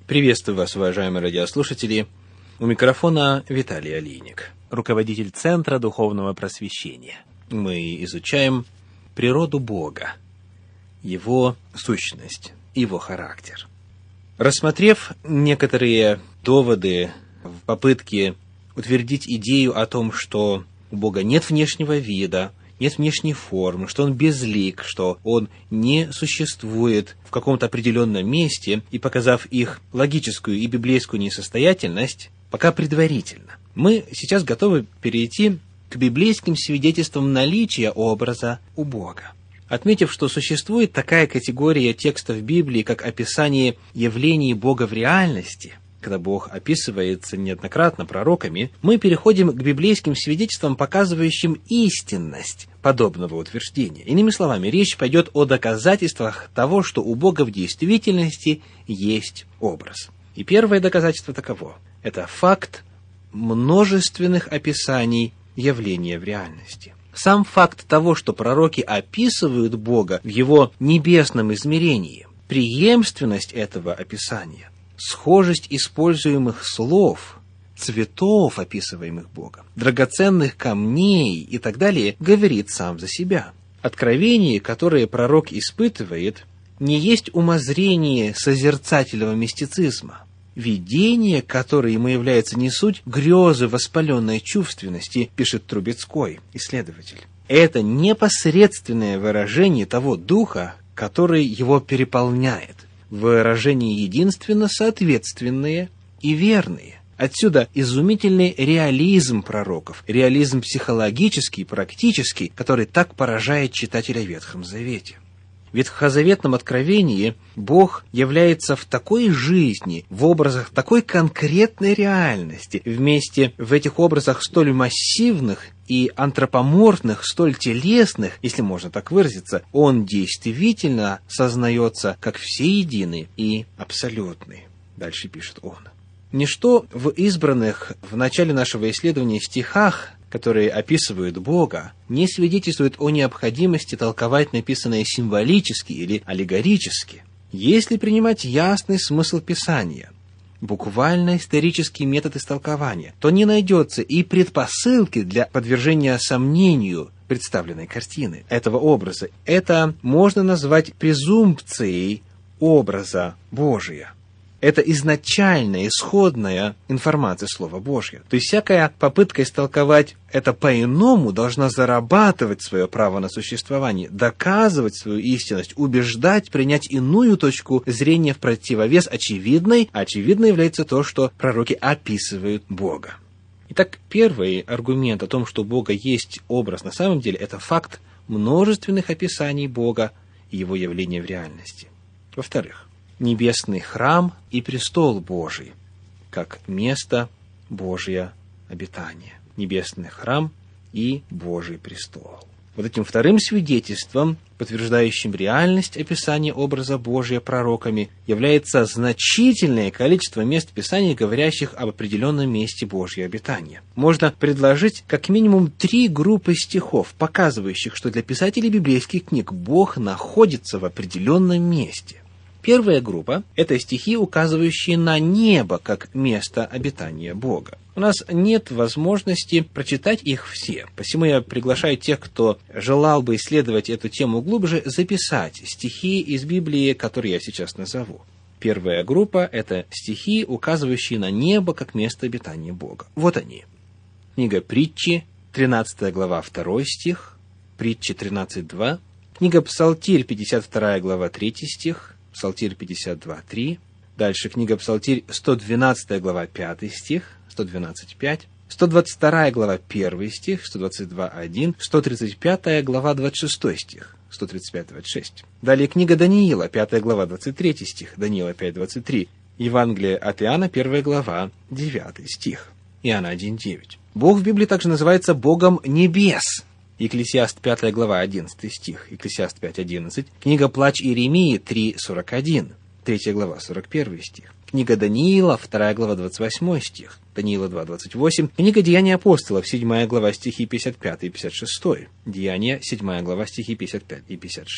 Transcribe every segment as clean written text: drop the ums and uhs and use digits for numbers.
Приветствую вас, уважаемые радиослушатели. У микрофона Виталий Алиник, руководитель Центра Духовного Просвещения. Мы изучаем природу Бога, Его сущность, Его характер. Рассмотрев некоторые доводы в попытке утвердить идею о том, что у Бога нет внешнего вида, нет внешней формы, что Он безлик, что Он не существует в каком-то определенном месте, и показав их логическую и библейскую несостоятельность, пока предварительно, мы сейчас готовы перейти к библейским свидетельствам наличия образа у Бога. Отметив, что существует такая категория текстов Библии, как описание явлений Бога в реальности, когда Бог описывается неоднократно пророками, мы переходим к библейским свидетельствам, показывающим истинность подобного утверждения. Иными словами, речь пойдет о доказательствах того, что у Бога в действительности есть образ. И первое доказательство таково. Это факт множественных описаний явления в реальности. Сам факт того, что пророки описывают Бога в Его небесном измерении, преемственность этого описания, схожесть используемых слов, цветов, описываемых Богом, драгоценных камней и так далее, говорит сам за себя. Откровение, которое пророк испытывает, не есть умозрение созерцательного мистицизма. Видение, которое ему является не суть грезы воспаленной чувственности, пишет Трубецкой, исследователь. Это непосредственное выражение того духа, который его переполняет. Выражения единственно соответственные и верные. Отсюда изумительный реализм пророков, реализм психологический, практический, который так поражает читателя в Ветхом Завете. В ветхозаветном откровении Бог является в такой жизни, в образах такой конкретной реальности, вместе в этих образах столь массивных и антропоморфных, столь телесных, если можно так выразиться, Он действительно сознается как всеединый и абсолютный. Дальше пишет он. Ничто в избранных в начале нашего исследования стихах, которые описывают Бога, не свидетельствует о необходимости толковать написанное символически или аллегорически. Если принимать ясный смысл Писания, буквально исторический метод истолкования, то не найдется и предпосылки для подвержения сомнению представленной картины, этого образа. Это можно назвать презумпцией образа Божия. Это изначальная, исходная информация Слова Божьего. То есть всякая попытка истолковать это по-иному должна зарабатывать свое право на существование, доказывать свою истинность, убеждать, принять иную точку зрения в противовес очевидной. Очевидно является то, что пророки описывают Бога. Итак, первый аргумент о том, что у Бога есть образ на самом деле, это факт множественных описаний Бога и Его явления в реальности. Во-вторых, небесный храм и престол Божий, как место Божьего обитания. Небесный храм и Божий престол. Вот этим вторым свидетельством, подтверждающим реальность описания образа Божия пророками, является значительное количество мест Писания, говорящих об определенном месте Божьего обитания. Можно предложить как минимум 3 группы стихов, показывающих, что для писателей библейских книг Бог находится в определенном месте. Первая группа – это стихи, указывающие на небо как место обитания Бога. У нас нет возможности прочитать их все, посему я приглашаю тех, кто желал бы исследовать эту тему глубже, записать стихи из Библии, которые я сейчас назову. Первая группа – это стихи, указывающие на небо как место обитания Бога. Вот они. Книга Притчи, 13 глава, 2 стих, Притчи 13:2, книга Псалтирь, 52 глава, 3 стих, Псалтирь 52:3. Дальше книга Псалтирь, 112 глава, 5 стих, 112:5. 122 глава, 1 стих, 122:1. 135 глава, 26 стих, 135:26. Далее книга Даниила, 5 глава, 23 стих, Даниила 5:23. Евангелие от Иоанна, 1 глава, 9 стих, Иоанна 1:9. Бог в Библии также называется Богом небес. Екклесиаст 5 глава, 11 стих, Екклесиаст 5:11, книга Плач Иеремии 3:41, 3 глава, 41 стих, книга Даниила 2 глава, 28 стих, Даниила 2:28, книга Деяния апостолов 7 глава, стихи 55 и 56, Деяния 7 глава, стихи 55 и 56.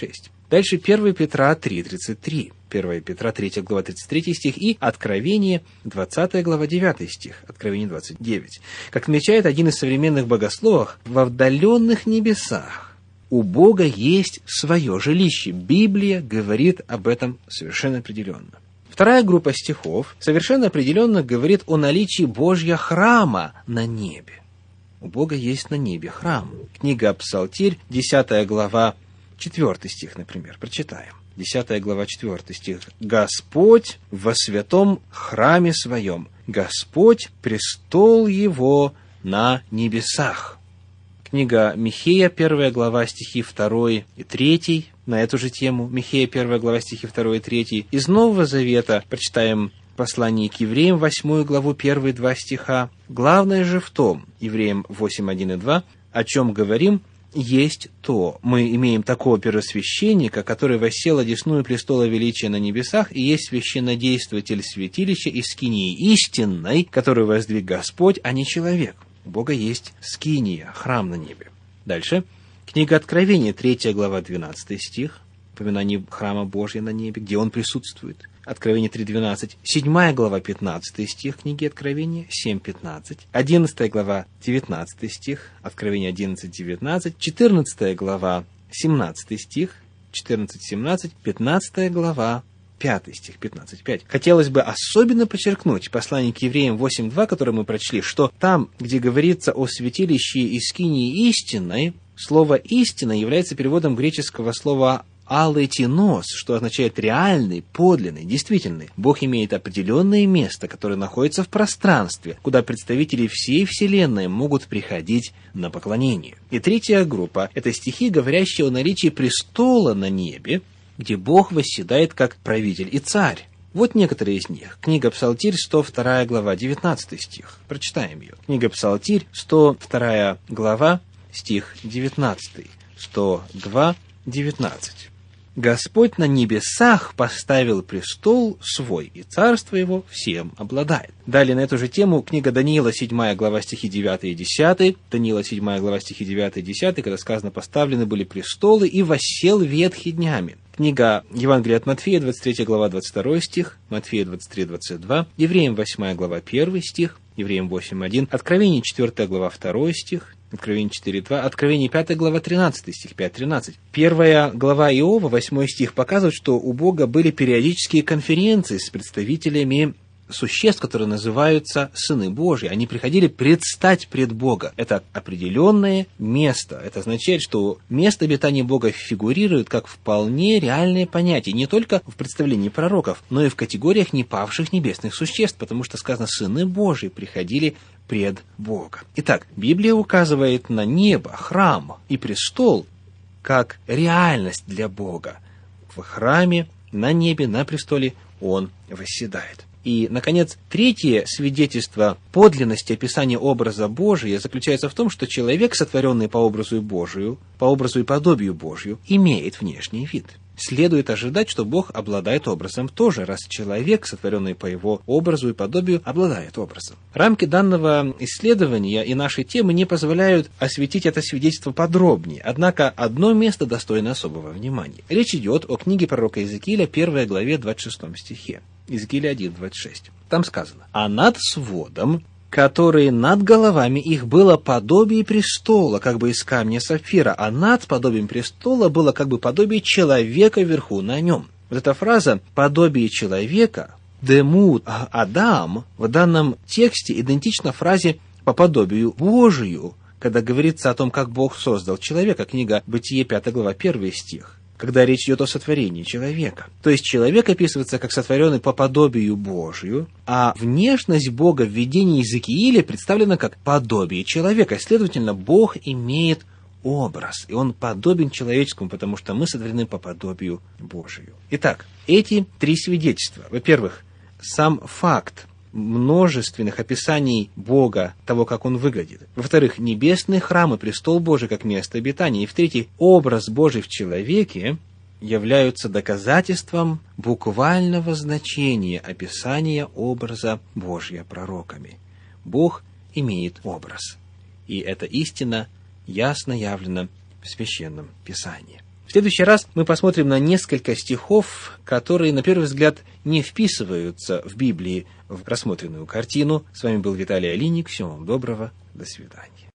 Дальше 1 Петра 3:33. 1 Петра 3 глава 33 стих и Откровение 20 глава 9 стих. Откровение 29. Как отмечает один из современных богословов, в отдаленных небесах у Бога есть свое жилище. Библия говорит об этом совершенно определенно. Вторая группа стихов совершенно определенно говорит о наличии Божьего храма на небе. У Бога есть на небе храм. Книга Псалтирь, 10 глава, 4 стих, например. Прочитаем. 10 глава, 4 стих. «Господь во святом храме своем, Господь престол его на небесах». Книга Михея, 1 глава, стихи 2 и 3, на эту же тему. Михея, 1 глава, стихи 2 и 3. Из Нового Завета прочитаем послание к евреям, 8 главу, 1-2 стиха. Главное же в том, евреям 8:1 и 2, о чем говорим, есть то. Мы имеем такого первосвященника, который воссел одесную престола величия на небесах, и есть священнодействователь святилища и скинии истинной, которую воздвиг Господь, а не человек. У Бога есть скиния, храм на небе. Дальше. Книга Откровения, 3 глава, 12 стих. Упоминание храма Божьего на небе, где он присутствует. Откровение 3:12. 7 глава, 15 стих книги Откровения, 7:15. 11 глава, 19 стих. Откровение 11:19. 14 глава, 17 стих. 14:17. 15 глава, 5 стих, 15:5. Хотелось бы особенно подчеркнуть послание к евреям 8:2, которое мы прочли, что там, где говорится о святилище и скинии истинной, слово «истина» является переводом греческого слова «алетинос», что означает реальный, подлинный, действительный. Бог имеет определенное место, которое находится в пространстве, куда представители всей Вселенной могут приходить на поклонение. И третья группа – это стихи, говорящие о наличии престола на небе, где Бог восседает как правитель и царь. Вот некоторые из них. Книга Псалтирь, 102 глава, 19 стих. Прочитаем ее. Книга Псалтирь, 102 глава, стих 19. 102, 19. «Господь на небесах поставил престол свой, и царство его всем обладает». Далее на эту же тему книга Даниила, 7 глава, стихи 9 и 10. Даниила, 7 глава, стихи 9 и 10, когда сказано «поставлены были престолы, и воссел ветхий днями». Книга Евангелия от Матфея, 23 глава, 22 стих, Матфея 23, 22, Евреям 8 глава, 1 стих, Евреям 8:1, Откровение 4 глава, 2 стих, Откровение 4:2, Откровение 5 глава, 13 стих, 5:13. 1 глава Иова, 8 стих, показывает, что у Бога были периодические конференции с представителями существ, которые называются сыны Божьи. Они приходили предстать пред Бога. Это определенное место. Это означает, что место обитания Бога фигурирует как вполне реальное понятие, не только в представлении пророков, но и в категориях непавших небесных существ, потому что сказано, сыны Божьи приходили пред Бога. Итак, Библия указывает на небо, храм и престол как реальность для Бога. В храме, на небе, на престоле Он восседает. И, наконец, третье свидетельство подлинности описания образа Божия заключается в том, что человек, сотворенный по образу и подобию Божию, имеет внешний вид. Следует ожидать, что Бог обладает образом тоже, раз человек, сотворенный по его образу и подобию, обладает образом. Рамки данного исследования и нашей темы не позволяют осветить это свидетельство подробнее, однако одно место достойно особого внимания. Речь идет о книге пророка Иезекииля, 1 главе, 26 стихе. Иезекииля 1:26. Там сказано: «А над сводом, который над головами их, было подобие престола, как бы из камня сапфира, а над подобием престола было как бы подобие человека вверху на нем». Вот эта фраза «подобие человека», «демут Адам», в данном тексте идентична фразе «по подобию Божию», когда говорится о том, как Бог создал человека, книга Бытие, 5 глава, 1 стих. Когда речь идет о сотворении человека. То есть человек описывается как сотворенный по подобию Божию, а внешность Бога в видении Иезекииля представлена как подобие человека. Следовательно, Бог имеет образ, и Он подобен человеческому, потому что мы сотворены по подобию Божию. Итак, эти три свидетельства. Во-первых, сам факт множественных описаний Бога, того, как Он выглядит. Во-вторых, небесный храм и престол Божий как место обитания. И в-третьих, образ Божий в человеке являются доказательством буквального значения описания образа Божия пророками. Бог имеет образ. И эта истина ясно явлена в Священном Писании. В следующий раз мы посмотрим на несколько стихов, которые, на первый взгляд, не вписываются в Библии в рассмотренную картину. С вами был Виталий Алиник. Всего вам доброго. До свидания.